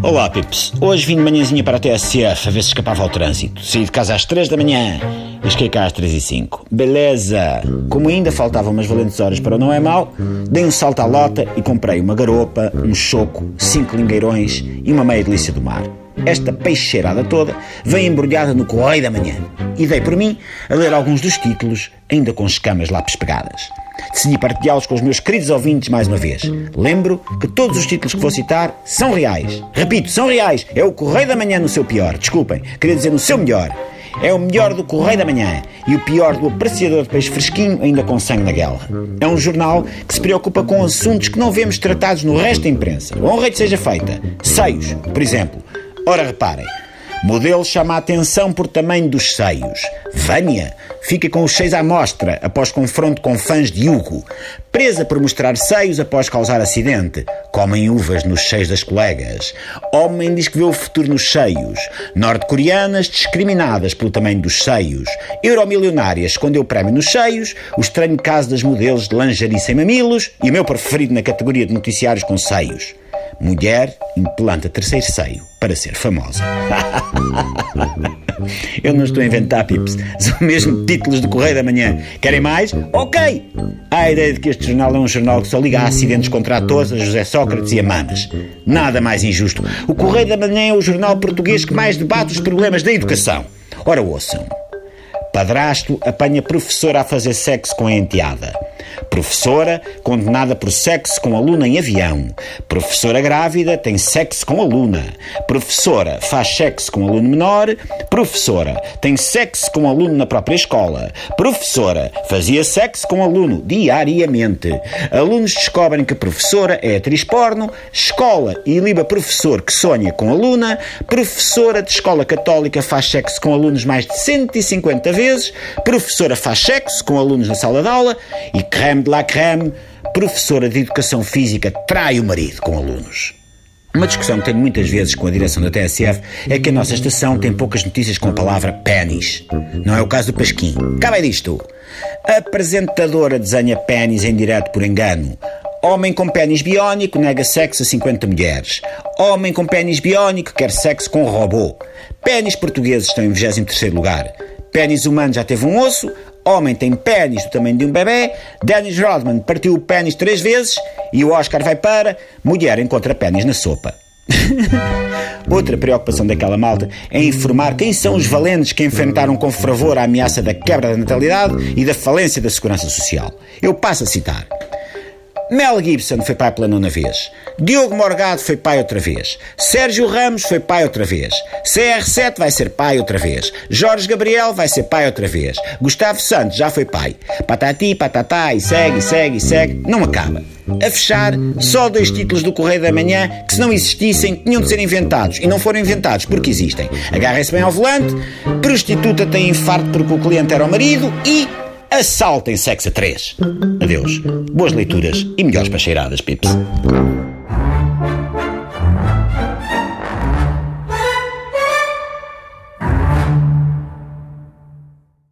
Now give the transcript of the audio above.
Olá, Pips. Hoje vim de manhãzinha para a TSF a ver se escapava ao trânsito. Saí de casa às 3 da manhã e cheguei cá às 3h05. Beleza! Como ainda faltavam umas valentes horas para o Não É Mau, dei um salto à lota e comprei uma garopa, um choco, 5 lingueirões e uma meia delícia do mar. Esta peixeirada toda vem embrulhada no Correio da Manhã e dei por mim a ler alguns dos títulos, ainda com escamas lápis pegadas. Decidi partilhá-los com os meus queridos ouvintes mais uma vez. Lembro que todos os títulos que vou citar são reais. Repito, são reais. É o Correio da Manhã no seu pior. Desculpem, queria dizer no seu melhor. É o melhor do Correio da Manhã e o pior do apreciador de peixe fresquinho ainda com sangue na guelra. É um jornal que se preocupa com assuntos que não vemos tratados no resto da imprensa. Honra que seja feita. Seios, por exemplo. Ora, reparem. Modelo chama a atenção por tamanho dos seios. Vânia fica com os seios à mostra após confronto com fãs de Hugo. Presa por mostrar seios após causar acidente. Comem uvas nos seios das colegas. Homem diz que vê o futuro nos seios. Norte-coreanas discriminadas pelo tamanho dos seios. Euromilionária escondeu o prémio nos seios. O estranho caso das modelos de lingerie sem mamilos. E o meu preferido na categoria de noticiários com seios. Mulher implanta terceiro seio para ser famosa. Eu não estou a inventar, Pips. São mesmo títulos do Correio da Manhã. Querem mais? Ok! Há a ideia de que este jornal é um jornal que só liga a acidentes contra atores, a José Sócrates e a mamas. Nada mais injusto. O Correio da Manhã é o jornal português que mais debate os problemas da educação. Ora, ouçam. Padrasto apanha professora a fazer sexo com a enteada. Professora condenada por sexo com aluna em avião. Professora grávida tem sexo com aluna. Professora faz sexo com aluno menor. Professora tem sexo com aluno na própria escola. Professora fazia sexo com aluno diariamente. Alunos descobrem que a professora é atriz porno. Escola iliba professor que sonha com aluna. Professora de escola católica faz sexo com alunos mais de 150 vezes. Professora faz sexo com alunos na sala de aula. E creme de la creme, professora de educação física trai o marido com alunos. Uma discussão que tenho muitas vezes com a direção da TSF é que a nossa estação tem poucas notícias com a palavra pénis. Não é o caso do Pasquim. Cá vai disto. A apresentadora desenha pénis em direto por engano. Homem com pénis biónico nega sexo a 50 mulheres. Homem com pénis biónico quer sexo com robô. Pénis portugueses estão em 23º lugar. Pénis humano já teve um osso. Homem tem pénis do tamanho de um bebê. Dennis Rodman partiu o pénis 3 vezes. E o Oscar vai para mulher encontra pénis na sopa. Outra preocupação daquela malta é informar quem são os valentes que enfrentaram com fervor a ameaça da quebra da natalidade e da falência da segurança social. Eu passo a citar. Mel Gibson foi pai pela 9ª vez. Diogo Morgado foi pai outra vez. Sérgio Ramos foi pai outra vez. CR7 vai ser pai outra vez. Jorge Gabriel vai ser pai outra vez. Gustavo Santos já foi pai. Patati, patatá e segue. Não acaba. A fechar, só 2 títulos do Correio da Manhã que, se não existissem, tinham de ser inventados. E não foram inventados porque existem. Agarrem-se bem ao volante. Prostituta tem infarto porque o cliente era o marido. E assalto em sexo a 3. Adeus. Boas leituras e melhores pacheiradas, Pips.